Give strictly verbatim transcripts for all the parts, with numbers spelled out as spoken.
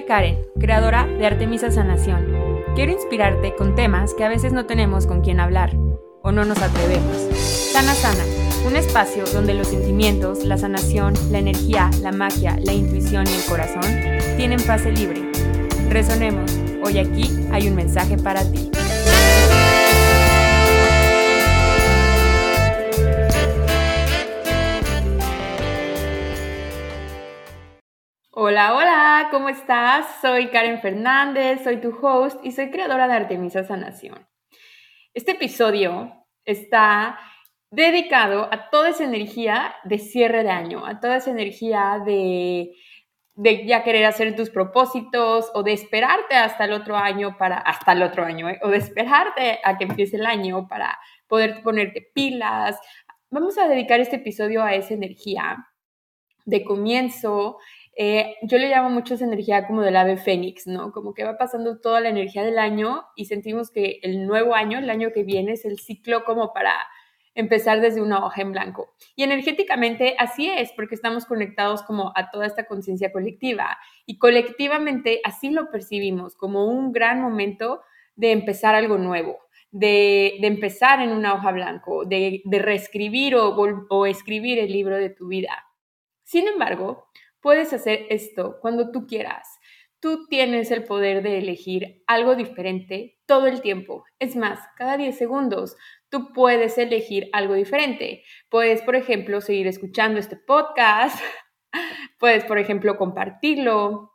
Karen, creadora de Artemisa Sanación. Quiero inspirarte con temas que a veces no tenemos con quién hablar o no nos atrevemos. Sana Sana, un espacio donde los sentimientos, la sanación, la energía, la magia, la intuición y el corazón tienen pase libre. Resonemos, hoy aquí hay un mensaje para ti. Hola, hola, ¿cómo estás? Soy Karen Fernández, soy tu host y soy creadora de Artemisa Sanación. Este episodio está dedicado a toda esa energía de cierre de año, a toda esa energía de, de ya querer hacer tus propósitos o de esperarte hasta el otro año para, hasta el otro año, ¿eh? o de esperarte a que empiece el año para poder ponerte pilas. Vamos a dedicar este episodio a esa energía de comienzo. Eh, yo le llamo mucho esa energía como del ave fénix, ¿no? Como que va pasando toda la energía del año y sentimos que el nuevo año, el año que viene, es el ciclo como para empezar desde una hoja en blanco. Y energéticamente así es, porque estamos conectados como a toda esta conciencia colectiva y colectivamente así lo percibimos, como un gran momento de empezar algo nuevo, de, de empezar en una hoja blanco, de, de reescribir o, o escribir el libro de tu vida. Sin embargo, puedes hacer esto cuando tú quieras. Tú tienes el poder de elegir algo diferente todo el tiempo. Es más, cada diez segundos tú puedes elegir algo diferente. Puedes, por ejemplo, seguir escuchando este podcast. Puedes, por ejemplo, compartirlo.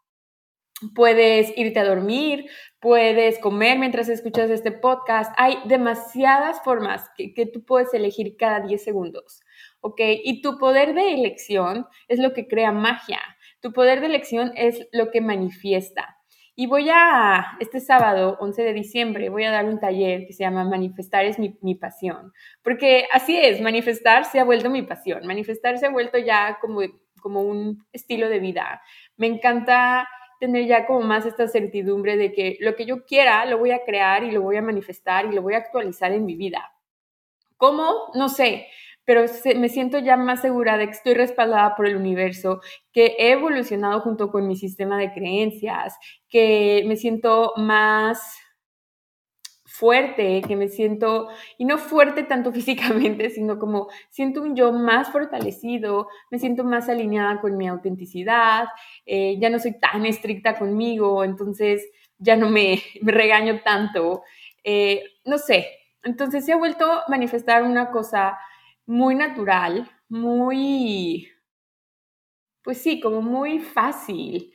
Puedes irte a dormir. Puedes comer mientras escuchas este podcast. Hay demasiadas formas que, que tú puedes elegir cada diez segundos. ¿Ok? Y tu poder de elección es lo que crea magia. Tu poder de elección es lo que manifiesta. Y voy a, este sábado, once de diciembre, voy a dar un taller que se llama Manifestar es mi, mi pasión. Porque así es, manifestar se ha vuelto mi pasión. Manifestar se ha vuelto ya como, como un estilo de vida. Me encanta tener ya como más esta certidumbre de que lo que yo quiera lo voy a crear y lo voy a manifestar y lo voy a actualizar en mi vida. ¿Cómo? No sé. Pero me siento ya más segura de que estoy respaldada por el universo, que he evolucionado junto con mi sistema de creencias, que me siento más fuerte, que me siento, y no fuerte tanto físicamente, sino como siento un yo más fortalecido, me siento más alineada con mi autenticidad, eh, ya no soy tan estricta conmigo, entonces ya no me, me regaño tanto, eh, no sé. Entonces se ha vuelto a manifestar una cosa muy natural, muy, pues sí, como muy fácil.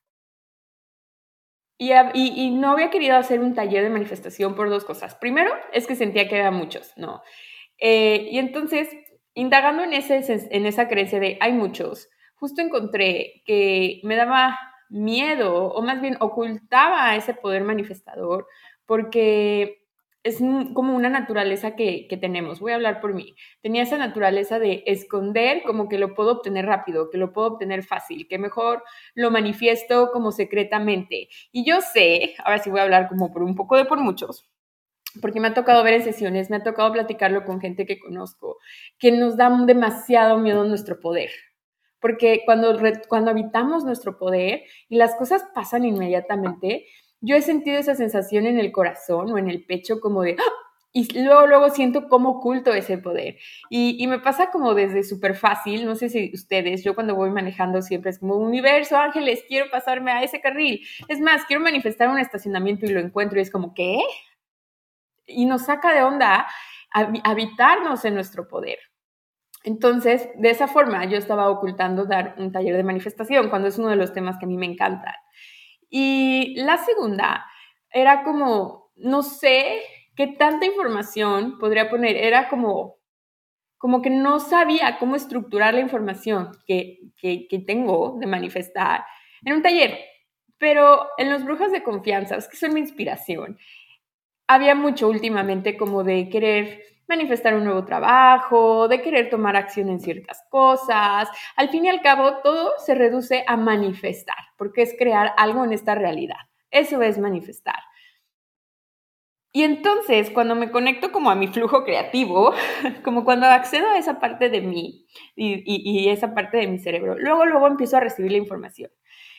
Y, y, y no había querido hacer un taller de manifestación por dos cosas. Primero, es que sentía que había muchos, ¿no? Eh, y entonces, indagando en, ese, en esa creencia de hay muchos, justo encontré que me daba miedo, o más bien ocultaba ese poder manifestador, porque es como una naturaleza que, que tenemos. Voy a hablar por mí. Tenía esa naturaleza de esconder como que lo puedo obtener rápido, que lo puedo obtener fácil, que mejor lo manifiesto como secretamente. Y yo sé, ahora sí voy a hablar como por un poco de por muchos, porque me ha tocado ver en sesiones, me ha tocado platicarlo con gente que conozco, que nos da demasiado miedo nuestro poder. Porque cuando, cuando habitamos nuestro poder y las cosas pasan inmediatamente, yo he sentido esa sensación en el corazón o en el pecho como de... ¡ah! Y luego, luego siento cómo oculto ese poder. Y, y me pasa como desde súper fácil, no sé si ustedes, yo cuando voy manejando siempre es como universo, ángeles, quiero pasarme a ese carril. Es más, quiero manifestar un estacionamiento y lo encuentro y es como, ¿qué? Y nos saca de onda habitarnos en nuestro poder. Entonces, de esa forma yo estaba ocultando dar un taller de manifestación cuando es uno de los temas que a mí me encantan. Y la segunda era como, no sé qué tanta información podría poner, era como, como que no sabía cómo estructurar la información que, que, que tengo de manifestar en un taller. Pero en los Brujas de Confianza, es que son mi inspiración, había mucho últimamente como de querer manifestar un nuevo trabajo, de querer tomar acción en ciertas cosas. Al fin y al cabo, todo se reduce a manifestar, porque es crear algo en esta realidad. Eso es manifestar. Y entonces, cuando me conecto como a mi flujo creativo, como cuando accedo a esa parte de mí y, y, y esa parte de mi cerebro, luego, luego empiezo a recibir la información.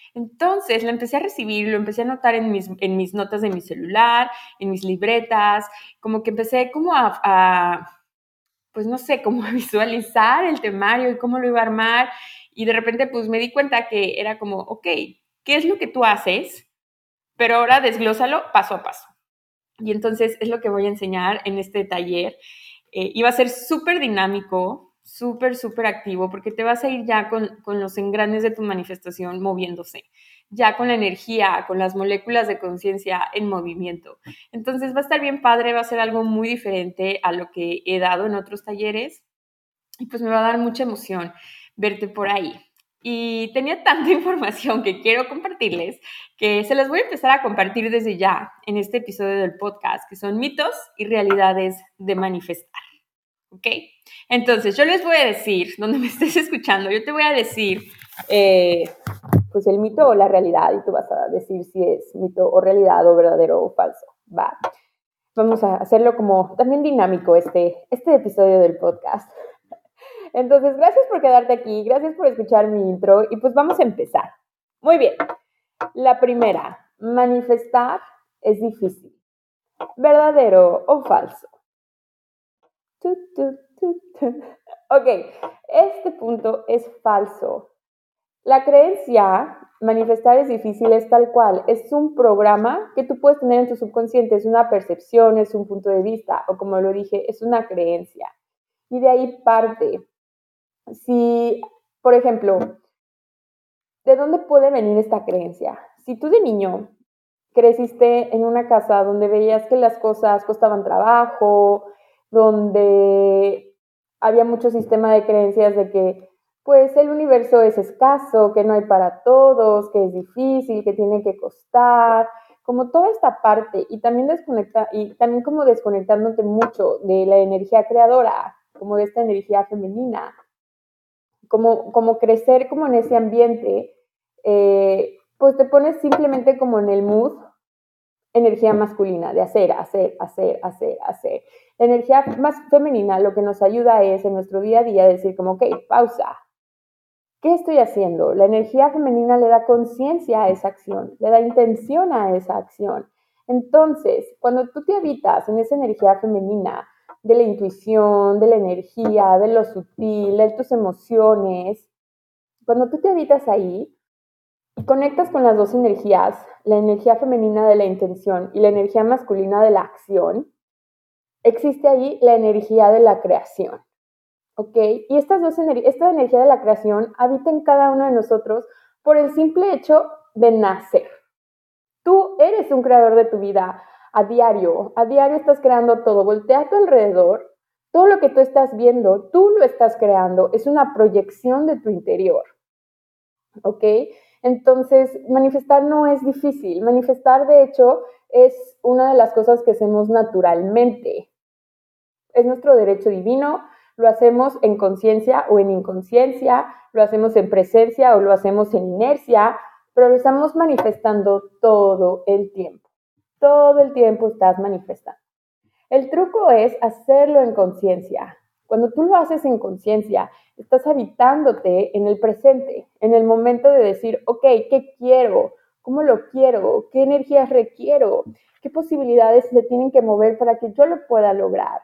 Entonces lo empecé a recibir, lo empecé a notar en mis, en mis notas de mi celular, en mis libretas, como que empecé como a, a, pues no sé, como a visualizar el temario y cómo lo iba a armar. Y de repente pues me di cuenta que era como, ok, ¿qué es lo que tú haces? Pero ahora desglósalo paso a paso. Y entonces es lo que voy a enseñar en este taller. Eh, y va a ser súper dinámico, súper, súper activo, porque te vas a ir ya con, con los engranes de tu manifestación moviéndose, ya con la energía, con las moléculas de conciencia en movimiento. Entonces va a estar bien padre, va a ser algo muy diferente a lo que he dado en otros talleres y pues me va a dar mucha emoción verte por ahí. Y tenía tanta información que quiero compartirles que se las voy a empezar a compartir desde ya en este episodio del podcast, que son mitos y realidades de manifestar. ¿Ok? Entonces, yo les voy a decir, donde me estés escuchando, yo te voy a decir, eh, pues el mito o la realidad, y tú vas a decir si es mito o realidad o verdadero o falso. Va. Vamos a hacerlo como también dinámico este, este episodio del podcast. Entonces, gracias por quedarte aquí, gracias por escuchar mi intro y pues vamos a empezar. Muy bien. La primera, manifestar es difícil. ¿Verdadero o falso? Tu, tu, tu, tu. Ok, este punto es falso. La creencia manifestar es difícil es tal cual, es un programa que tú puedes tener en tu subconsciente, es una percepción, es un punto de vista, o como lo dije, es una creencia. Y de ahí parte. Si, por ejemplo, ¿de dónde puede venir esta creencia? Si tú de niño creciste en una casa donde veías que las cosas costaban trabajo, donde había mucho sistema de creencias de que pues el universo es escaso, que no hay para todos, que es difícil, que tiene que costar, como toda esta parte y también desconecta y también como desconectándote mucho de la energía creadora, como de esta energía femenina, como, como crecer como en ese ambiente, eh, pues te pones simplemente como en el mood energía masculina, de hacer, hacer, hacer, hacer, hacer. La energía más femenina lo que nos ayuda es en nuestro día a día decir como, ok, pausa. ¿Qué estoy haciendo? La energía femenina le da conciencia a esa acción, le da intención a esa acción. Entonces, cuando tú te habitas en esa energía femenina, de la intuición, de la energía, de lo sutil, de tus emociones, cuando tú te habitas ahí, y conectas con las dos energías, la energía femenina de la intención y la energía masculina de la acción, existe ahí la energía de la creación, ¿ok? Y estas dos ener- esta energía de la creación habita en cada uno de nosotros por el simple hecho de nacer. Tú eres un creador de tu vida a diario, a diario estás creando todo, voltea a tu alrededor, todo lo que tú estás viendo, tú lo estás creando, es una proyección de tu interior, ¿ok? Entonces, manifestar no es difícil. Manifestar, de hecho, es una de las cosas que hacemos naturalmente. Es nuestro derecho divino, lo hacemos en conciencia o en inconsciencia, lo hacemos en presencia o lo hacemos en inercia, pero lo estamos manifestando todo el tiempo. Todo el tiempo estás manifestando. El truco es hacerlo en conciencia. Cuando tú lo haces en conciencia, estás habitándote en el presente, en el momento de decir, ok, ¿qué quiero? ¿Cómo lo quiero? ¿Qué energías requiero? ¿Qué posibilidades se tienen que mover para que yo lo pueda lograr?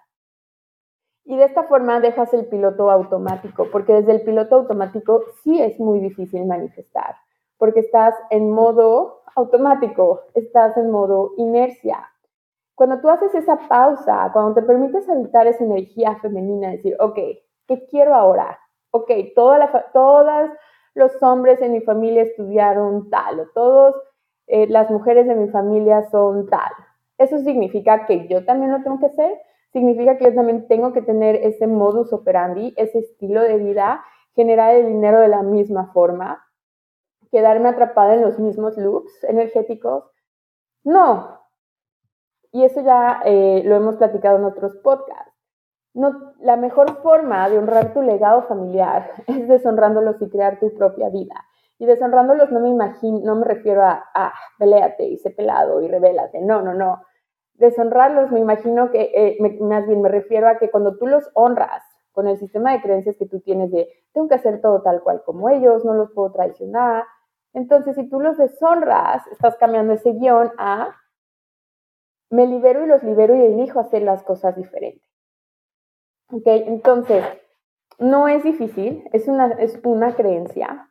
Y de esta forma dejas el piloto automático, porque desde el piloto automático sí es muy difícil manifestar, porque estás en modo automático, estás en modo inercia. Cuando tú haces esa pausa, cuando te permites habitar esa energía femenina, decir, ok, ¿qué quiero ahora? Ok, toda la, todos los hombres en mi familia estudiaron tal, o todas eh, las mujeres de mi familia son tal. Eso significa que yo también lo tengo que hacer, significa que yo también tengo que tener ese modus operandi, ese estilo de vida, generar el dinero de la misma forma, quedarme atrapada en los mismos loops energéticos. No, y eso ya eh, lo hemos platicado en otros podcasts. No, la mejor forma de honrar tu legado familiar es deshonrándolos y crear tu propia vida. Y deshonrándolos no me imagino, no me refiero a, ah, peléate y sé pelado y rebélate. No, no, no. Deshonrarlos me imagino que, eh, me, más bien me refiero a que cuando tú los honras con el sistema de creencias que tú tienes de tengo que hacer todo tal cual como ellos, no los puedo traicionar, Entonces, si tú los deshonras, estás cambiando ese guión a me libero y los libero y elijo hacer las cosas diferentes. ¿Ok? Entonces, no es difícil, es una, es una creencia.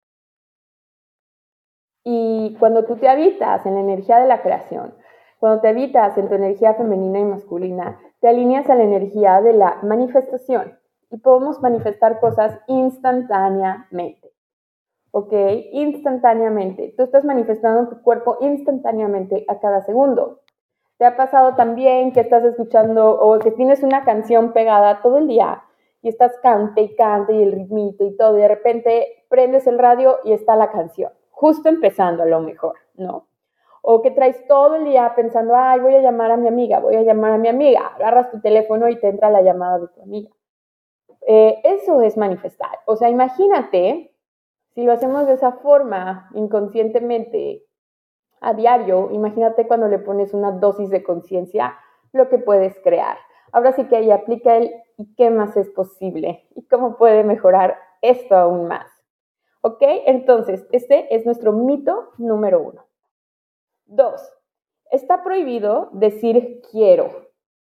Y cuando tú te habitas en la energía de la creación, cuando te habitas en tu energía femenina y masculina, te alineas a la energía de la manifestación y podemos manifestar cosas instantáneamente. ¿Ok? Instantáneamente. Tú estás manifestando tu cuerpo instantáneamente a cada segundo. ¿Te ha pasado también que estás escuchando o que tienes una canción pegada todo el día y estás cante y cante y el ritmito y todo y de repente prendes el radio y está la canción, justo empezando a lo mejor, ¿no? O que traes todo el día pensando, ay, voy a llamar a mi amiga, voy a llamar a mi amiga, agarras tu teléfono y te entra la llamada de tu amiga. Eh, eso es manifestar. O sea, imagínate, si lo hacemos de esa forma, inconscientemente, a diario, imagínate cuando le pones una dosis de conciencia, lo que puedes crear. Ahora sí que ahí aplica el ¿y qué más es posible? ¿Y cómo puede mejorar esto aún más? ¿Ok? Entonces, este es nuestro mito número uno. Dos, está prohibido decir quiero.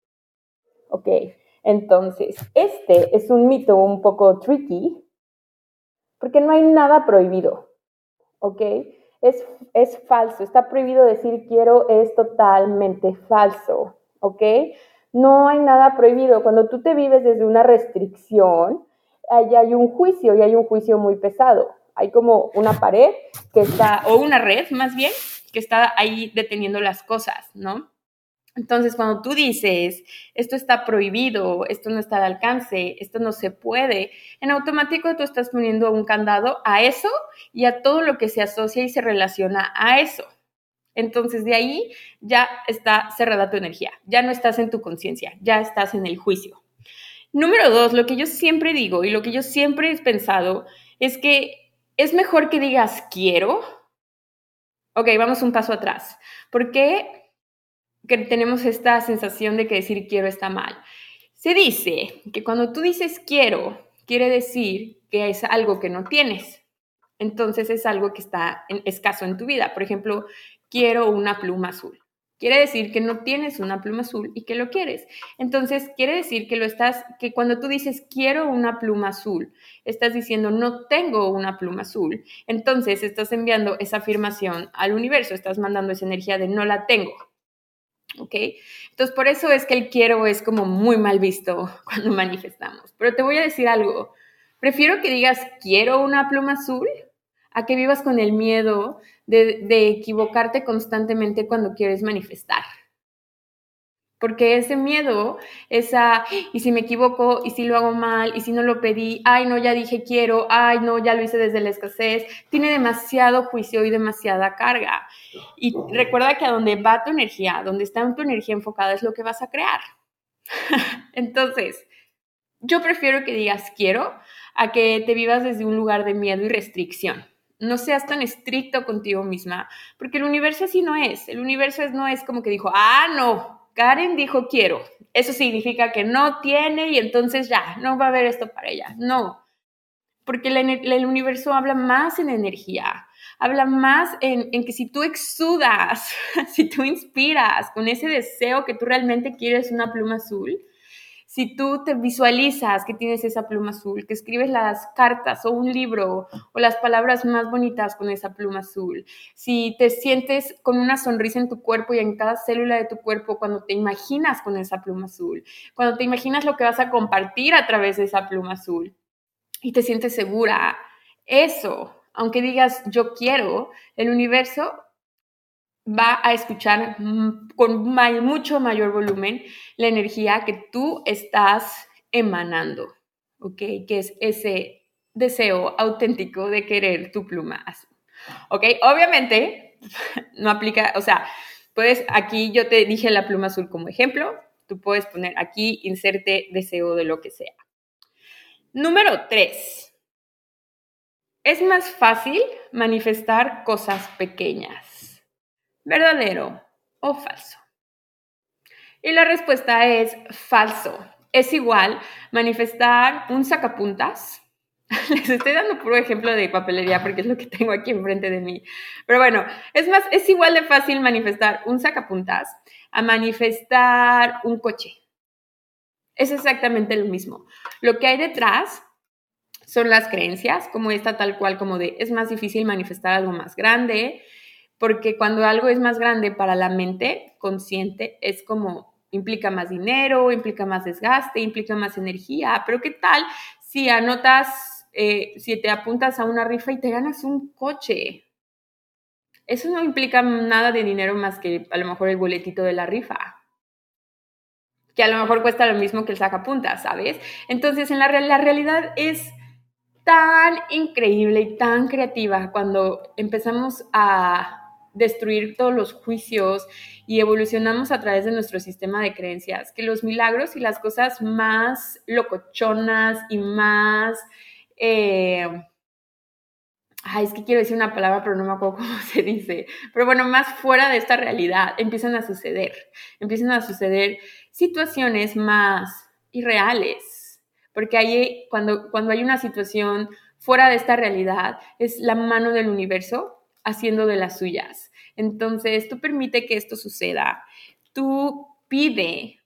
¿Ok? Entonces, este es un mito un poco tricky porque no hay nada prohibido. ¿Ok? Es, es falso, está prohibido decir quiero, es totalmente falso, ¿ok? No hay nada prohibido. Cuando tú te vives desde una restricción, ahí hay un juicio y hay un juicio muy pesado. Hay como una pared que está, o una red más bien, que está ahí deteniendo las cosas, ¿no? Entonces, cuando tú dices, esto está prohibido, esto no está al alcance, esto no se puede, en automático tú estás poniendo un candado a eso y a todo lo que se asocia y se relaciona a eso. Entonces, de ahí ya está cerrada tu energía, ya no estás en tu conciencia, ya estás en el juicio. Número dos, lo que yo siempre digo y lo que yo siempre he pensado es que es mejor que digas quiero. Ok, vamos un paso atrás. ¿Por qué que tenemos esta sensación de que decir quiero está mal? Se dice que cuando tú dices quiero, quiere decir que es algo que no tienes. Entonces es algo que está en, escaso en tu vida. Por ejemplo, quiero una pluma azul. Quiere decir que no tienes una pluma azul y que lo quieres. Entonces quiere decir que lo estás, que cuando tú dices quiero una pluma azul, estás diciendo no tengo una pluma azul. Entonces estás enviando esa afirmación al universo, estás mandando esa energía de no la tengo. ¿Ok? Entonces, por eso es que el quiero es como muy mal visto cuando manifestamos. Pero te voy a decir algo. Prefiero que digas quiero una pluma azul a que vivas con el miedo de, de equivocarte constantemente cuando quieres manifestar. Porque ese miedo, esa, y si me equivoco, y si lo hago mal, y si no lo pedí, ay, no, ya dije quiero, ay, no, ya lo hice desde la escasez, tiene demasiado juicio y demasiada carga. Y recuerda que a donde va tu energía, donde está tu energía enfocada, es lo que vas a crear. Entonces, yo prefiero que digas quiero a que te vivas desde un lugar de miedo y restricción. No seas tan estricto contigo misma, porque el universo así no es. El universo es, no es como que dijo, ah, no, Karen dijo quiero. Eso significa que no tiene y entonces ya, no va a haber esto para ella. No, porque el, el universo habla más en energía, habla más en, en que si tú exudas, si tú inspiras con ese deseo que tú realmente quieres una pluma azul, si tú te visualizas que tienes esa pluma azul, que escribes las cartas o un libro o las palabras más bonitas con esa pluma azul, si te sientes con una sonrisa en tu cuerpo y en cada célula de tu cuerpo cuando te imaginas con esa pluma azul, cuando te imaginas lo que vas a compartir a través de esa pluma azul y te sientes segura, eso, aunque digas yo quiero, el universo va a escuchar con may- mucho mayor volumen la energía que tú estás emanando, ¿ok? Que es ese deseo auténtico de querer tu pluma azul, ¿ok? Obviamente, no aplica, o sea, puedes, aquí yo te dije la pluma azul como ejemplo, tú puedes poner aquí, inserte deseo de lo que sea. Número tres. Es más fácil manifestar cosas pequeñas. ¿Verdadero o falso? Y la respuesta es falso. Es igual manifestar un sacapuntas Les estoy dando puro ejemplo de papelería porque es lo que tengo aquí enfrente de mí. Pero bueno, es más, es igual de fácil manifestar un sacapuntas a manifestar un coche. Es exactamente lo mismo. Lo que hay detrás son las creencias, como esta tal cual, como de es más difícil manifestar algo más grande, porque cuando algo es más grande para la mente consciente, es como implica más dinero, implica más desgaste, implica más energía, pero ¿qué tal si anotas, eh, si te apuntas a una rifa y te ganas un coche? Eso no implica nada de dinero más que a lo mejor el boletito de la rifa, que a lo mejor cuesta lo mismo que el sacapuntas, ¿sabes? Entonces, en la, la realidad es tan increíble y tan creativa cuando empezamos a destruir todos los juicios y evolucionamos a través de nuestro sistema de creencias, que los milagros y las cosas más locochonas y más... Eh, ay, es que quiero decir una palabra, pero no me acuerdo cómo se dice. Pero bueno, más fuera de esta realidad empiezan a suceder. Empiezan a suceder situaciones más irreales. Porque hay, cuando, cuando hay una situación fuera de esta realidad, es la mano del universo haciendo de las suyas. Entonces, tú permite que esto suceda. Tú pide,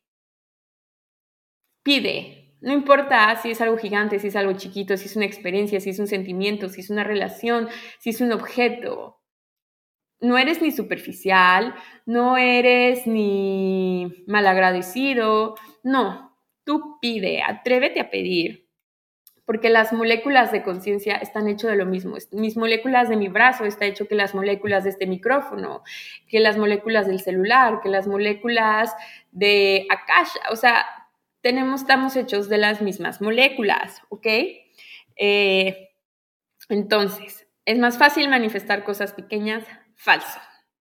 pide. No importa si es algo gigante, si es algo chiquito, si es una experiencia, si es un sentimiento, si es una relación, si es un objeto. No eres ni superficial, no eres ni malagradecido. No, tú pide, atrévete a pedir. Porque las moléculas de conciencia están hechas de lo mismo. Mis moléculas de mi brazo están hechas que las moléculas de este micrófono, que las moléculas del celular, que las moléculas de Akasha. O sea, tenemos, estamos hechos de las mismas moléculas, ¿ok? Eh, entonces, ¿es más fácil manifestar cosas pequeñas? Falso.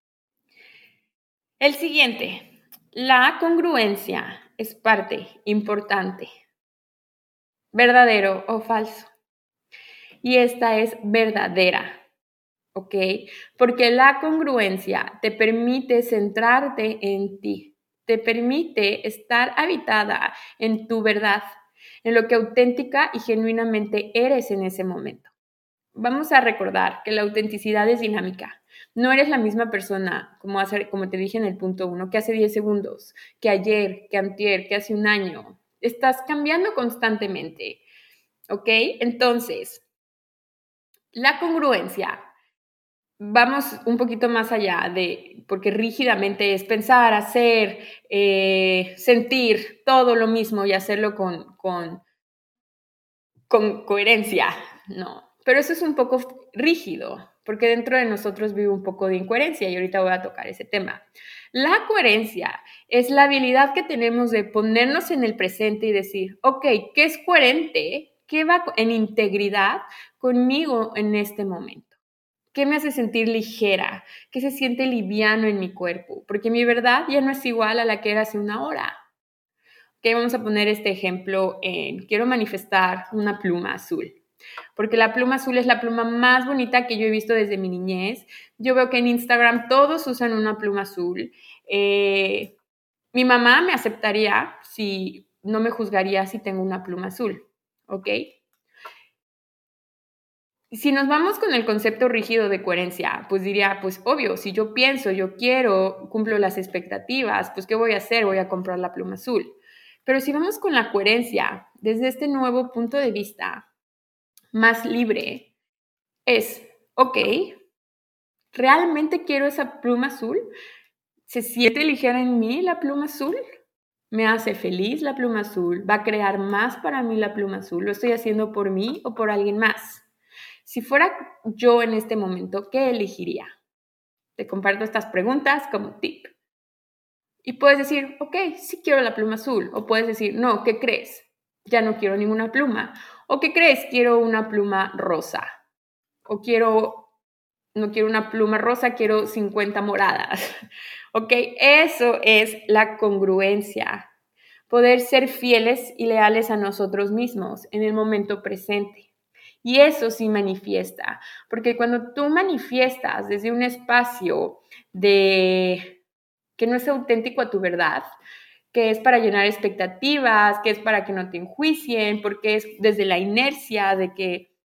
El siguiente, la congruencia es parte importante. ¿Verdadero o falso? Y esta es verdadera, ¿ok? Porque la congruencia te permite centrarte en ti, te permite estar habitada en tu verdad, en lo que auténtica y genuinamente eres en ese momento. Vamos a recordar que la autenticidad es dinámica. No eres la misma persona, como, hace, como te dije en el punto uno, que hace diez segundos, que ayer, que antier, que hace un año. Estás cambiando constantemente, ¿ok? Entonces, la congruencia, vamos un poquito más allá de, porque rígidamente es pensar, hacer, eh, sentir todo lo mismo y hacerlo con, con, con coherencia, no. Pero eso es un poco rígido, porque dentro de nosotros vive un poco de incoherencia y ahorita voy a tocar ese tema. La coherencia es la habilidad que tenemos de ponernos en el presente y decir, ok, ¿qué es coherente? ¿Qué va en integridad conmigo en este momento? ¿Qué me hace sentir ligera? ¿Qué se siente liviano en mi cuerpo? Porque mi verdad ya no es igual a la que era hace una hora. Ok, vamos a poner este ejemplo en, quiero manifestar una pluma azul. Porque la pluma azul es la pluma más bonita que yo he visto desde mi niñez. Yo veo que en Instagram todos usan una pluma azul. Eh, mi mamá me aceptaría si no me juzgaría si tengo una pluma azul, ¿ok? Si nos vamos con el concepto rígido de coherencia, pues diría, pues obvio, si yo pienso, yo quiero, cumplo las expectativas, pues ¿qué voy a hacer? Voy a comprar la pluma azul. Pero si vamos con la coherencia desde este nuevo punto de vista más libre, es, ok, ¿realmente quiero esa pluma azul? ¿Se siente ligera en mí la pluma azul? ¿Me hace feliz la pluma azul? ¿Va a crear más para mí la pluma azul? ¿Lo estoy haciendo por mí o por alguien más? Si fuera yo en este momento, ¿qué elegiría? Te comparto estas preguntas como tip. Y puedes decir, ok, sí quiero la pluma azul. O puedes decir, no, ¿qué crees? Ya no quiero ninguna pluma. ¿O qué crees? Quiero una pluma rosa. O quiero, no quiero una pluma rosa, quiero cincuenta moradas. Ok, eso es la congruencia. Poder ser fieles y leales a nosotros mismos en el momento presente. Y eso sí manifiesta, porque cuando tú manifiestas desde un espacio de que no es auténtico a tu verdad, que es para llenar expectativas, que es para que no te enjuicien, porque es desde la inercia de que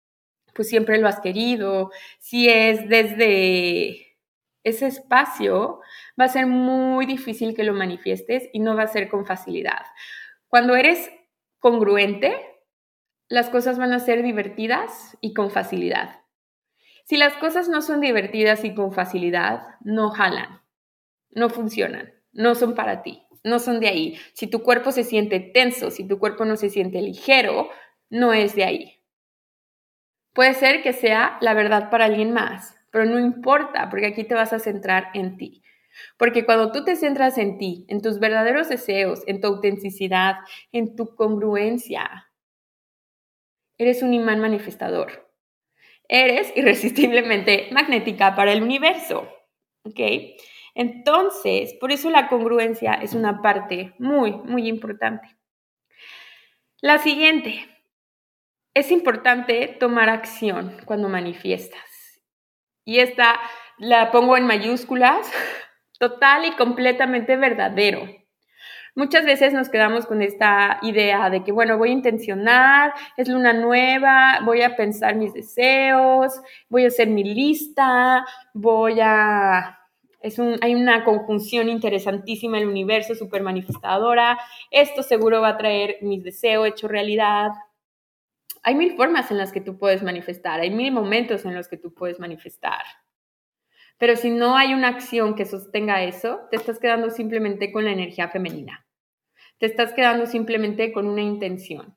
pues siempre lo has querido, si es desde ese espacio, va a ser muy difícil que lo manifiestes y no va a ser con facilidad. Cuando eres congruente, las cosas van a ser divertidas y con facilidad. Si las cosas no son divertidas y con facilidad, no jalan, no funcionan, no son para ti, no son de ahí. Si tu cuerpo se siente tenso, si tu cuerpo no se siente ligero, no es de ahí. Puede ser que sea la verdad para alguien más, pero no importa, porque aquí te vas a centrar en ti. Porque cuando tú te centras en ti, en tus verdaderos deseos, en tu autenticidad, en tu congruencia, eres un imán manifestador. Eres irresistiblemente magnética para el universo, ¿ok? Entonces, por eso la congruencia es una parte muy, muy importante. La siguiente, es importante tomar acción cuando manifiestas. Y esta la pongo en mayúsculas, total y completamente verdadero. Muchas veces nos quedamos con esta idea de que, bueno, voy a intencionar, es luna nueva, voy a pensar mis deseos, voy a hacer mi lista, voy a... Es un, hay una conjunción interesantísima en el universo, súper manifestadora. Esto seguro va a traer mis deseos hecho realidad. Hay mil formas en las que tú puedes manifestar, hay mil momentos en los que tú puedes manifestar. Pero si no hay una acción que sostenga eso, te estás quedando simplemente con la energía femenina. Te estás quedando simplemente con una intención.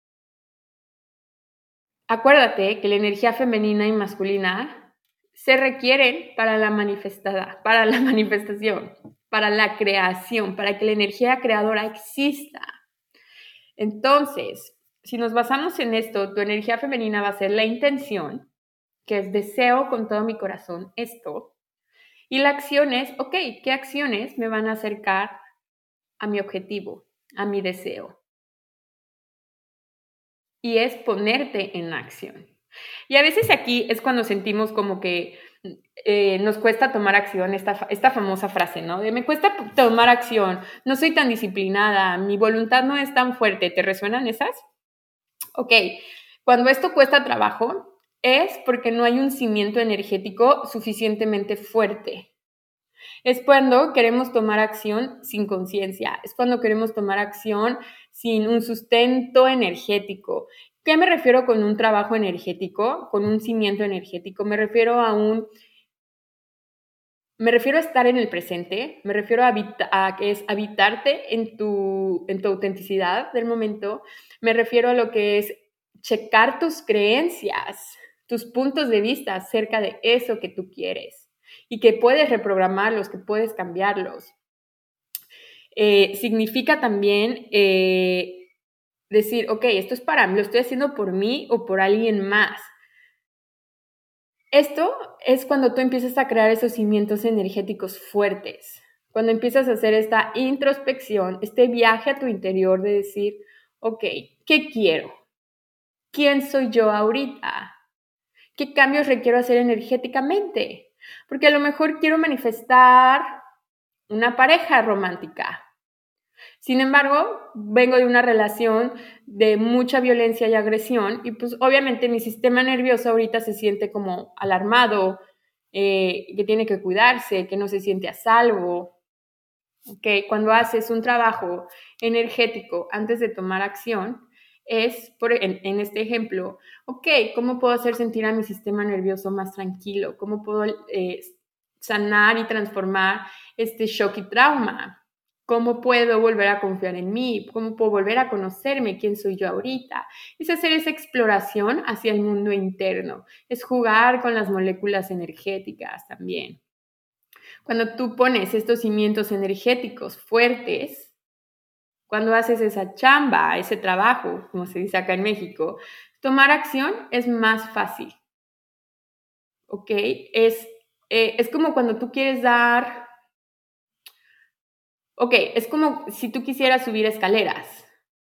Acuérdate que la energía femenina y masculina se requieren para la manifestada, para la manifestación, para la creación, para que la energía creadora exista. Entonces, si nos basamos en esto, tu energía femenina va a ser la intención, que es deseo con todo mi corazón esto, y la acción es, ok, ¿qué acciones me van a acercar a mi objetivo, a mi deseo? Y es ponerte en acción. Y a veces aquí es cuando sentimos como que eh, nos cuesta tomar acción, esta, esta famosa frase, ¿no? De me cuesta tomar acción, no soy tan disciplinada, mi voluntad no es tan fuerte. ¿Te resuenan esas? Ok, cuando esto cuesta trabajo es porque no hay un cimiento energético suficientemente fuerte. Es cuando queremos tomar acción sin conciencia, es cuando queremos tomar acción sin un sustento energético. ¿Qué me refiero con un trabajo energético, con un cimiento energético? Me refiero a un... Me refiero a estar en el presente, me refiero a, habita, a que es habitarte en tu, en tu autenticidad del momento, me refiero a lo que es checar tus creencias, tus puntos de vista acerca de eso que tú quieres y que puedes reprogramarlos, que puedes cambiarlos. Eh, significa también eh, decir, ok, esto es para mí, lo estoy haciendo por mí o por alguien más. Esto es cuando tú empiezas a crear esos cimientos energéticos fuertes, cuando empiezas a hacer esta introspección, este viaje a tu interior de decir, ok, ¿qué quiero? ¿Quién soy yo ahorita? ¿Qué cambios requiero hacer energéticamente? Porque a lo mejor quiero manifestar una pareja romántica. Sin embargo, vengo de una relación de mucha violencia y agresión y pues obviamente mi sistema nervioso ahorita se siente como alarmado, eh, que tiene que cuidarse, que no se siente a salvo. Okay. Cuando haces un trabajo energético antes de tomar acción, es, por, en, en este ejemplo, ok, ¿cómo puedo hacer sentir a mi sistema nervioso más tranquilo? ¿Cómo puedo eh, sanar y transformar este shock y trauma? ¿Cómo puedo volver a confiar en mí? ¿Cómo puedo volver a conocerme quién soy yo ahorita? Es hacer esa exploración hacia el mundo interno. Es jugar con las moléculas energéticas también. Cuando tú pones estos cimientos energéticos fuertes, cuando haces esa chamba, ese trabajo, como se dice acá en México, tomar acción es más fácil. ¿Ok? Es, eh, es como cuando tú quieres dar... Ok, es como si tú quisieras subir escaleras.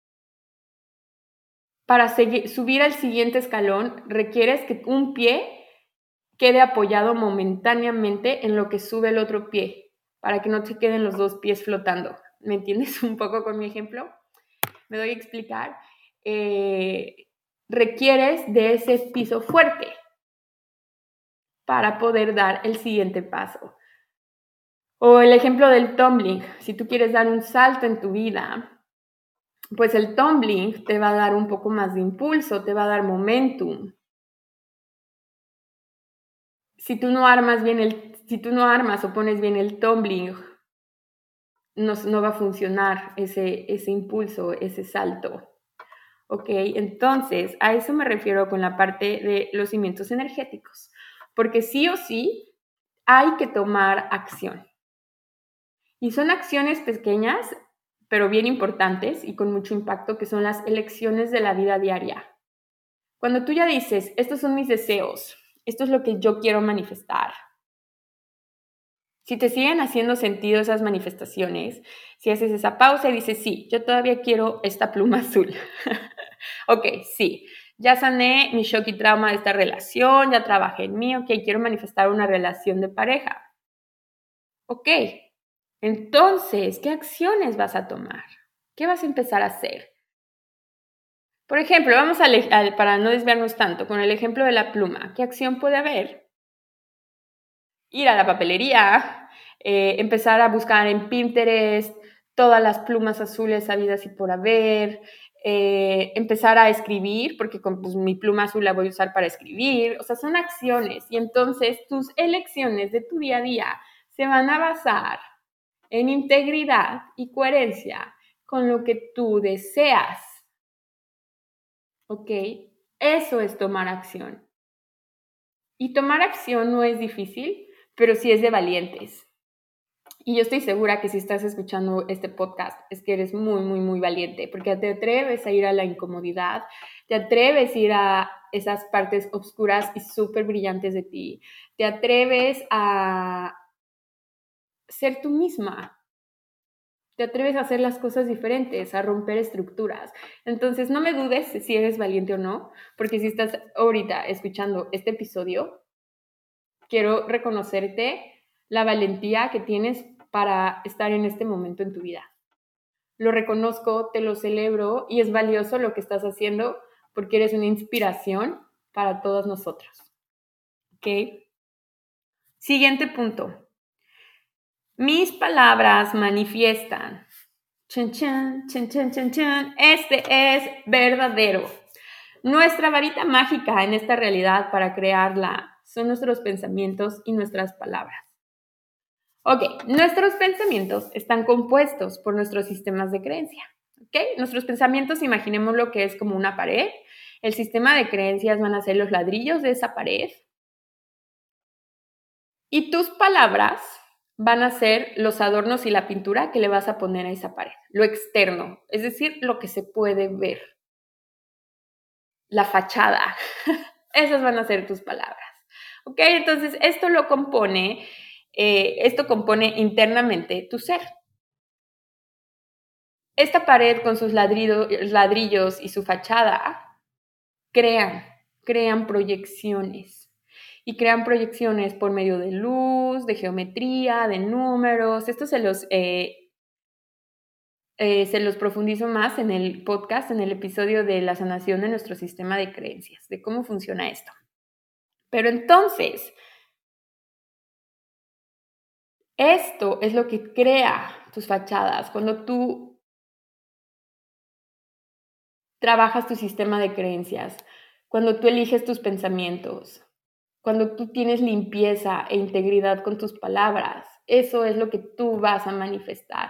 Para seguir, subir al siguiente escalón requieres que un pie quede apoyado momentáneamente en lo que sube el otro pie, para que no te queden los dos pies flotando. ¿Me entiendes un poco con mi ejemplo? Me doy a explicar. Eh, requieres de ese piso fuerte para poder dar el siguiente paso. O el ejemplo del tumbling. Si tú quieres dar un salto en tu vida, pues el tumbling te va a dar un poco más de impulso, te va a dar momentum. Si tú no armas bien el, si tú no armas o pones bien el tumbling, no, no va a funcionar ese, ese impulso, ese salto. ¿Ok? Entonces, a eso me refiero con la parte de los cimientos energéticos. Porque sí o sí hay que tomar acción. Y son acciones pequeñas, pero bien importantes y con mucho impacto, que son las elecciones de la vida diaria. Cuando tú ya dices, estos son mis deseos, esto es lo que yo quiero manifestar. Si te siguen haciendo sentido esas manifestaciones, si haces esa pausa y dices, sí, yo todavía quiero esta pluma azul. Ok, sí, ya sané mi shock y trauma de esta relación, ya trabajé en mí, ok, quiero manifestar una relación de pareja. Ok, entonces, ¿qué acciones vas a tomar? ¿Qué vas a empezar a hacer? Por ejemplo, vamos a, a para no desviarnos tanto, con el ejemplo de la pluma, ¿qué acción puede haber? Ir a la papelería, eh, empezar a buscar en Pinterest todas las plumas azules habidas y por haber, eh, empezar a escribir, porque con pues, mi pluma azul la voy a usar para escribir. O sea, son acciones y entonces tus elecciones de tu día a día se van a basar en integridad y coherencia con lo que tú deseas. ¿Ok? Eso es tomar acción. Y tomar acción no es difícil, pero sí es de valientes. Y yo estoy segura que si estás escuchando este podcast es que eres muy, muy, muy valiente, porque te atreves a ir a la incomodidad, te atreves a ir a esas partes oscuras y súper brillantes de ti, te atreves a ser tú misma, te atreves a hacer las cosas diferentes, a romper estructuras. Entonces, no me dudes si eres valiente o no, porque si estás ahorita escuchando este episodio, quiero reconocerte la valentía que tienes para estar en este momento en tu vida. Lo reconozco, te lo celebro y es valioso lo que estás haciendo porque eres una inspiración para todos nosotros. ¿Ok? Siguiente punto. Mis palabras manifiestan. Chan, chan, chan, chan, chan, chan. Este es verdadero. Nuestra varita mágica en esta realidad para crearla son nuestros pensamientos y nuestras palabras. Ok, nuestros pensamientos están compuestos por nuestros sistemas de creencia. Ok, nuestros pensamientos, imaginémoslo que es como una pared. El sistema de creencias van a ser los ladrillos de esa pared. Y tus palabras van a ser los adornos y la pintura que le vas a poner a esa pared. Lo externo, es decir, lo que se puede ver. La fachada. Esas van a ser tus palabras. Ok, entonces esto lo compone, eh, esto compone internamente tu ser. Esta pared con sus ladrido, ladrillos y su fachada crean, crean proyecciones. Y crean proyecciones por medio de luz, de geometría, de números. Esto se los, eh, eh, se los profundizo más en el podcast, en el episodio de la sanación de nuestro sistema de creencias, de cómo funciona esto. Pero entonces, esto es lo que crea tus fachadas. Cuando tú trabajas tu sistema de creencias, cuando tú eliges tus pensamientos, cuando tú tienes limpieza e integridad con tus palabras, eso es lo que tú vas a manifestar.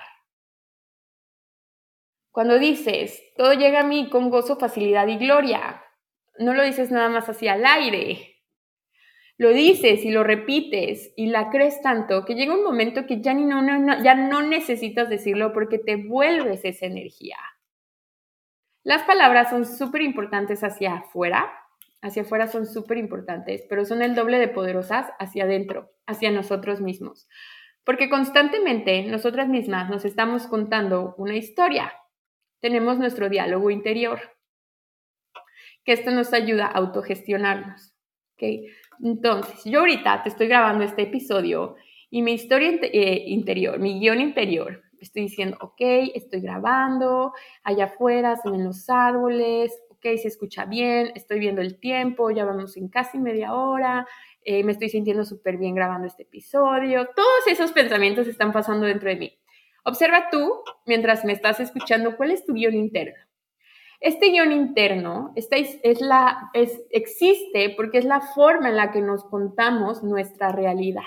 Cuando dices, todo llega a mí con gozo, facilidad y gloria, no lo dices nada más así al aire. Lo dices y lo repites y la crees tanto que llega un momento que ya, ni no, no, ya no necesitas decirlo porque te vuelves esa energía. Las palabras son súper importantes hacia afuera, hacia afuera son súper importantes, pero son el doble de poderosas hacia adentro, hacia nosotros mismos. Porque constantemente nosotras mismas nos estamos contando una historia. Tenemos nuestro diálogo interior, que esto nos ayuda a autogestionarnos. ¿Okay? Entonces, yo ahorita te estoy grabando este episodio y mi historia eh, interior, mi guión interior, estoy diciendo, ok, estoy grabando, allá afuera se ven los árboles, ok, se escucha bien, estoy viendo el tiempo, ya vamos en casi media hora, eh, me estoy sintiendo súper bien grabando este episodio. Todos esos pensamientos están pasando dentro de mí. Observa tú, mientras me estás escuchando, cuál es tu guión interno. Este guión interno esta es, es la, es, existe porque es la forma en la que nos contamos nuestra realidad.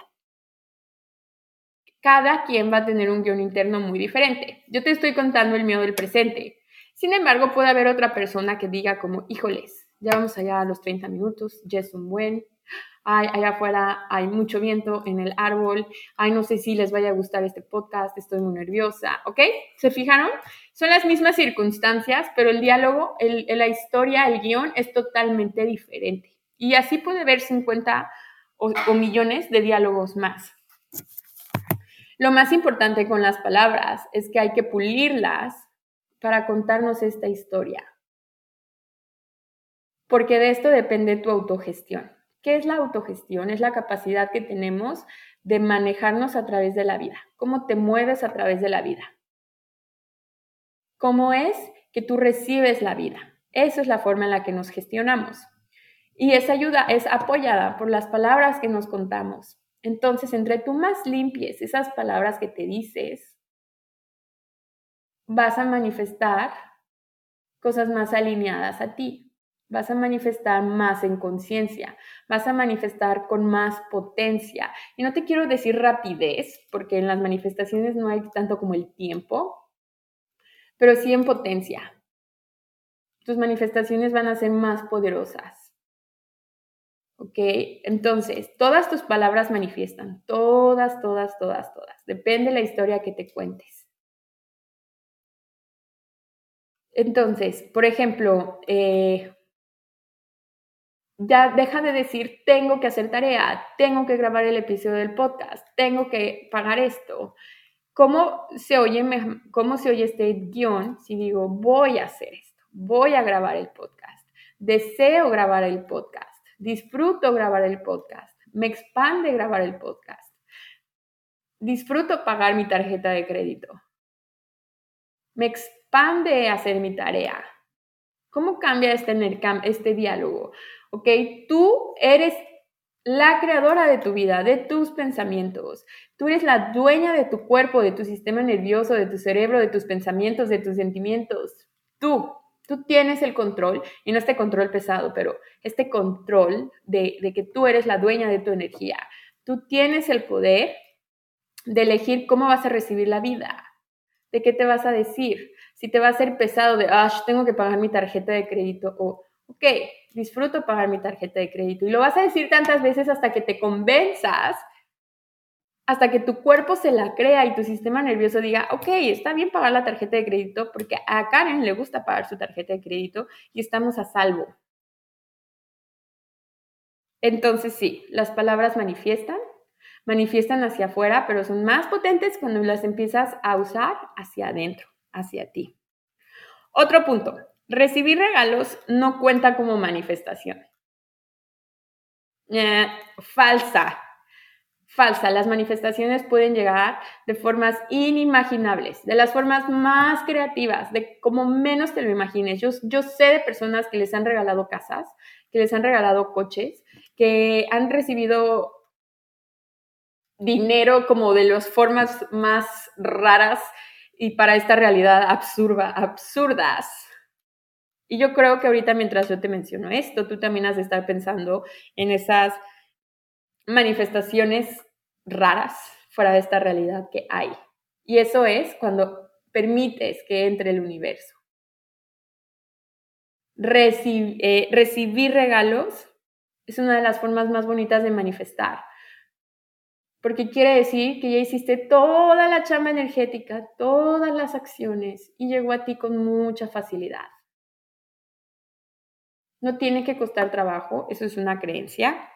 Cada quien va a tener un guión interno muy diferente. Yo te estoy contando el mío del presente. Sin embargo, puede haber otra persona que diga como, híjoles, ya vamos allá a los treinta minutos, ya es un buen, ay, allá afuera hay mucho viento en el árbol, ay, no sé si les vaya a gustar este podcast, estoy muy nerviosa, ¿ok? ¿Se fijaron? Son las mismas circunstancias, pero el diálogo, el, la historia, el guión es totalmente diferente. Y así puede haber cincuenta o, o millones de diálogos más. Lo más importante con las palabras es que hay que pulirlas para contarnos esta historia. Porque de esto depende tu autogestión. ¿Qué es la autogestión? Es la capacidad que tenemos de manejarnos a través de la vida. ¿Cómo te mueves a través de la vida? ¿Cómo es que tú recibes la vida? Esa es la forma en la que nos gestionamos. Y esa ayuda es apoyada por las palabras que nos contamos. Entonces, entre tú más limpies esas palabras que te dices, vas a manifestar cosas más alineadas a ti. Vas a manifestar más en conciencia, vas a manifestar con más potencia. Y no te quiero decir rapidez, porque en las manifestaciones no hay tanto como el tiempo, pero sí en potencia. Tus manifestaciones van a ser más poderosas. ¿Ok? Entonces, todas tus palabras manifiestan, todas, todas, todas, todas. Depende de la historia que te cuentes. Entonces, por ejemplo, eh, ya deja de decir, tengo que hacer tarea, tengo que grabar el episodio del podcast, tengo que pagar esto. ¿Cómo se oye, cómo se oye este guión si digo, voy a hacer esto, voy a grabar el podcast, deseo grabar el podcast, disfruto grabar el podcast, me expande grabar el podcast, disfruto pagar mi tarjeta de crédito, me expande hacer mi tarea? ¿Cómo cambia este, este diálogo? ¿Ok? Tú eres la creadora de tu vida, de tus pensamientos. Tú eres la dueña de tu cuerpo, de tu sistema nervioso, de tu cerebro, de tus pensamientos, de tus sentimientos. Tú, tú tienes el control, y no este control pesado, pero este control de, de que tú eres la dueña de tu energía. Tú tienes el poder de elegir cómo vas a recibir la vida. ¿De qué te vas a decir? Si te va a ser pesado de, ah, tengo que pagar mi tarjeta de crédito, o, ok, disfruto pagar mi tarjeta de crédito. Y lo vas a decir tantas veces hasta que te convenzas, hasta que tu cuerpo se la crea y tu sistema nervioso diga, ok, está bien pagar la tarjeta de crédito porque a Karen le gusta pagar su tarjeta de crédito y estamos a salvo. Entonces sí, las palabras manifiestan, manifiestan hacia afuera, pero son más potentes cuando las empiezas a usar hacia adentro, hacia ti. Otro punto, recibir regalos no cuenta como manifestación. Eh, falsa, falsa. Las manifestaciones pueden llegar de formas inimaginables, de las formas más creativas, de como menos te lo imagines. Yo, yo sé de personas que les han regalado casas, que les han regalado coches, que han recibido dinero como de las formas más raras y para esta realidad absurda, absurdas. Y yo creo que ahorita mientras yo te menciono esto, tú también has de estar pensando en esas manifestaciones raras fuera de esta realidad que hay. Y eso es cuando permites que entre el universo. Recib- eh, recibir regalos es una de las formas más bonitas de manifestar. Porque quiere decir que ya hiciste toda la chamba energética, todas las acciones y llegó a ti con mucha facilidad. No tiene que costar trabajo, eso es una creencia.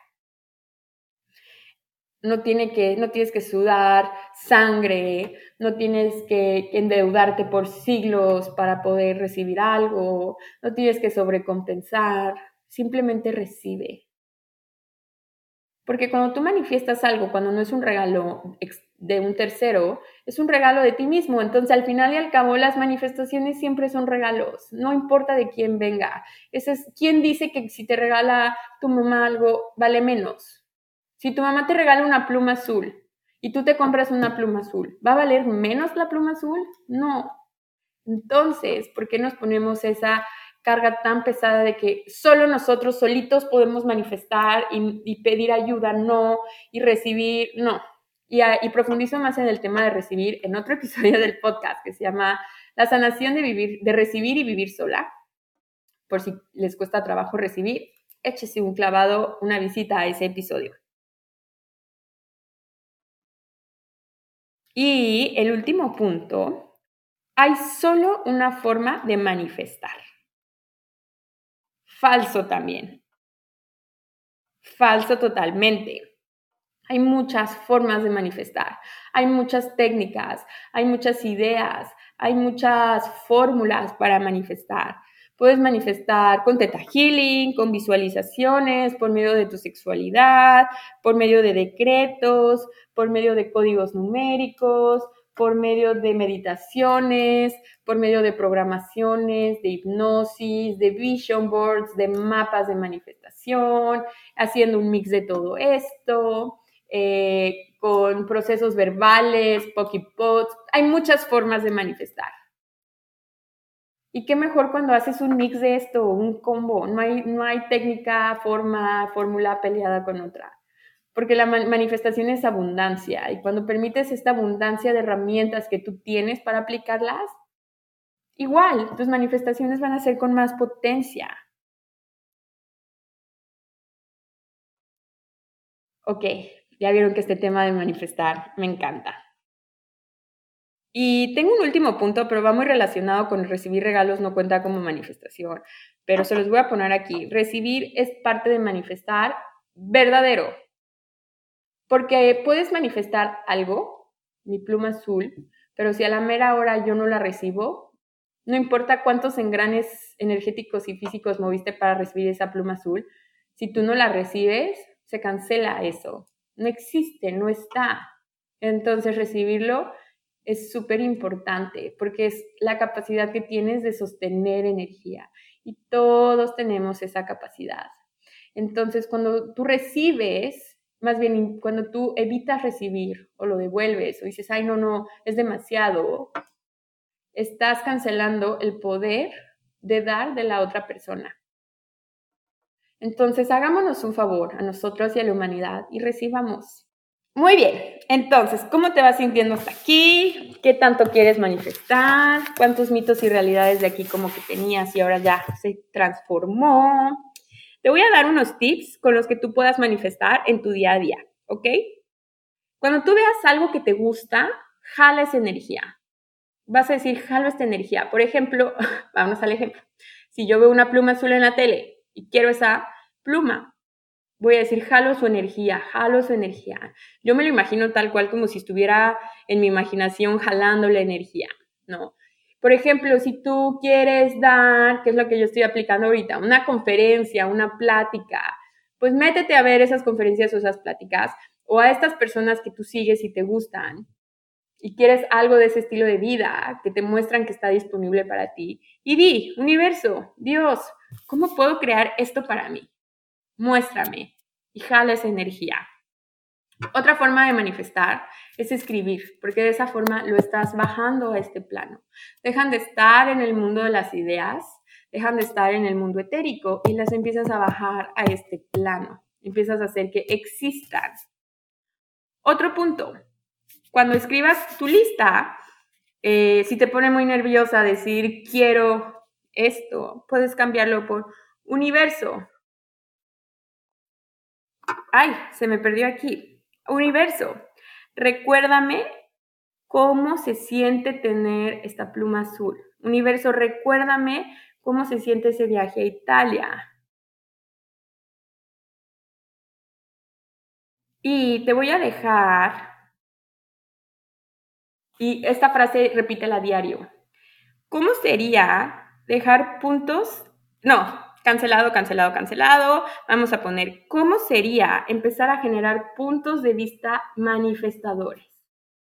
No, tiene que, no tienes que sudar sangre, no tienes que endeudarte por siglos para poder recibir algo, no tienes que sobrecompensar, simplemente recibe. Porque cuando tú manifiestas algo, cuando no es un regalo de un tercero, es un regalo de ti mismo. Entonces, al final y al cabo, las manifestaciones siempre son regalos, no importa de quién venga. Ese es, ¿quién dice que si te regala tu mamá algo, vale menos? Si tu mamá te regala una pluma azul y tú te compras una pluma azul, ¿va a valer menos la pluma azul? No. Entonces, ¿por qué nos ponemos esa carga tan pesada de que solo nosotros solitos podemos manifestar y, y pedir ayuda? No, y recibir, no. Y, y profundizo más en el tema de recibir en otro episodio del podcast que se llama La sanación de vivir, de recibir y vivir sola. Por si les cuesta trabajo recibir, échese un clavado, una visita a ese episodio. Y el último punto, hay solo una forma de manifestar. Falso también. Falso totalmente. Hay muchas formas de manifestar, hay muchas técnicas, hay muchas ideas, hay muchas fórmulas para manifestar. Puedes manifestar con Theta Healing, con visualizaciones, por medio de tu sexualidad, por medio de decretos, por medio de códigos numéricos, por medio de meditaciones, por medio de programaciones, de hipnosis, de vision boards, de mapas de manifestación, haciendo un mix de todo esto. Eh, con procesos verbales, pokipots. Hay muchas formas de manifestar. Y qué mejor cuando haces un mix de esto, un combo. No hay, no hay técnica, forma, fórmula peleada con otra. Porque la man- manifestación es abundancia. Y cuando permites esta abundancia de herramientas que tú tienes para aplicarlas, igual, tus manifestaciones van a ser con más potencia. Ok, ya vieron que este tema de manifestar me encanta. Y tengo un último punto, pero va muy relacionado con recibir regalos, no cuenta como manifestación, pero se los voy a poner aquí. Recibir es parte de manifestar verdadero, porque puedes manifestar algo, mi pluma azul, pero si a la mera hora yo no la recibo, no importa cuántos engranes energéticos y físicos moviste para recibir esa pluma azul, si tú no la recibes, se cancela eso. No existe, no está. Entonces recibirlo es súper importante porque es la capacidad que tienes de sostener energía y todos tenemos esa capacidad. Entonces, cuando tú recibes, más bien cuando tú evitas recibir o lo devuelves o dices, ay, no, no, es demasiado, estás cancelando el poder de dar de la otra persona. Entonces, hagámonos un favor a nosotros y a la humanidad y recibamos. Muy bien, entonces, ¿cómo te vas sintiendo hasta aquí? ¿Qué tanto quieres manifestar? ¿Cuántos mitos y realidades de aquí como que tenías y ahora ya se transformó? Te voy a dar unos tips con los que tú puedas manifestar en tu día a día, ¿ok? Cuando tú veas algo que te gusta, jala esa energía. Vas a decir, jalo esta energía. Por ejemplo, vamos al ejemplo. Si yo veo una pluma azul en la tele y quiero esa pluma, voy a decir, jalo su energía, jalo su energía. Yo me lo imagino tal cual como si estuviera en mi imaginación jalando la energía, ¿no? Por ejemplo, si tú quieres dar, que es lo que yo estoy aplicando ahorita, una conferencia, una plática, pues métete a ver esas conferencias o esas pláticas o a estas personas que tú sigues y te gustan y quieres algo de ese estilo de vida que te muestran que está disponible para ti. Y di, universo, Dios, ¿cómo puedo crear esto para mí? Muéstrame y jala esa energía. Otra forma de manifestar es escribir, porque de esa forma lo estás bajando a este plano. Dejan de estar en el mundo de las ideas, dejan de estar en el mundo etérico y las empiezas a bajar a este plano. Empiezas a hacer que existan. Otro punto, cuando escribas tu lista, eh, si te pone muy nerviosa decir quiero esto, puedes cambiarlo por universo. Ay, se me perdió aquí. Universo, recuérdame cómo se siente tener esta pluma azul. Universo, recuérdame cómo se siente ese viaje a Italia. Y te voy a dejar, y esta frase repítela a diario. ¿Cómo sería dejar puntos? No, cancelado, cancelado, cancelado. Vamos a poner, ¿cómo sería empezar a generar puntos de vista manifestadores?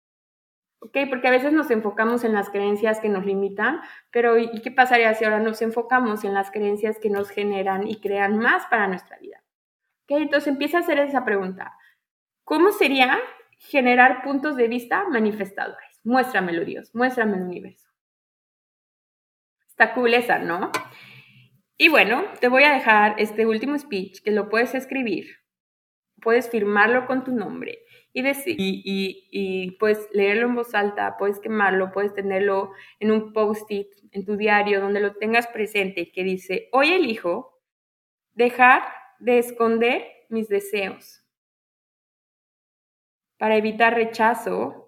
¿ok? Porque a veces nos enfocamos en las creencias que nos limitan, pero ¿y qué pasaría si ahora nos enfocamos en las creencias que nos generan y crean más para nuestra vida? ¿Ok? Entonces empieza a hacer esa pregunta. ¿Cómo sería generar puntos de vista manifestadores? Muéstramelo, Dios, muéstrame el universo. Está cool esa, ¿no? Y bueno, te voy a dejar este último speech que lo puedes escribir, puedes firmarlo con tu nombre y, decir, y, y, y puedes leerlo en voz alta, puedes quemarlo, puedes tenerlo en un post-it, en tu diario, donde lo tengas presente, que dice, hoy elijo dejar de esconder mis deseos para evitar rechazo,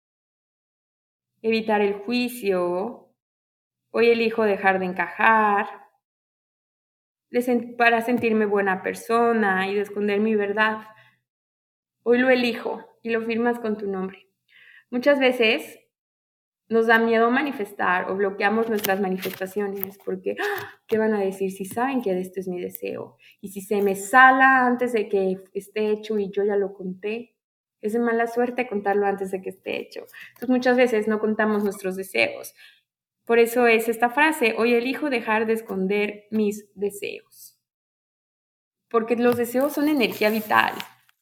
evitar el juicio. Hoy elijo dejar de encajar, de sen- para sentirme buena persona y de esconder mi verdad. Hoy lo elijo y lo firmas con tu nombre. Muchas veces nos da miedo manifestar o bloqueamos nuestras manifestaciones porque ¡ah! ¿Qué van a decir si saben que esto es mi deseo? Y si se me sala antes de que esté hecho y yo ya lo conté, es de mala suerte contarlo antes de que esté hecho. Entonces muchas veces no contamos nuestros deseos. Por eso es esta frase, hoy elijo dejar de esconder mis deseos. Porque los deseos son energía vital.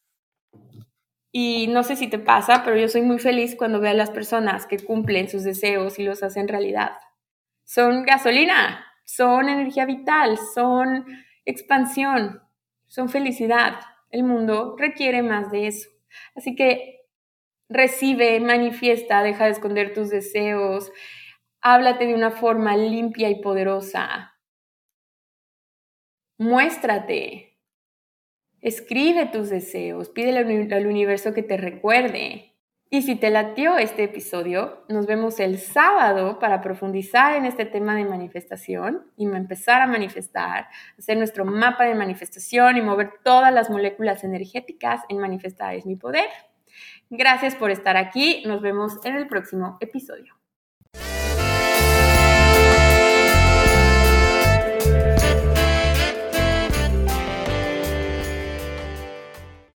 Y no sé si te pasa, pero yo soy muy feliz cuando veo a las personas que cumplen sus deseos y los hacen realidad. Son gasolina, son energía vital, son expansión, son felicidad. El mundo requiere más de eso. Así que recibe, manifiesta, deja de esconder tus deseos, háblate de una forma limpia y poderosa. Muéstrate. Escribe tus deseos, pídele al universo que te recuerde. Y si te latió este episodio, nos vemos el sábado para profundizar en este tema de manifestación y empezar a manifestar, hacer nuestro mapa de manifestación y mover todas las moléculas energéticas en Manifestar es mi poder. Gracias por estar aquí. Nos vemos en el próximo episodio.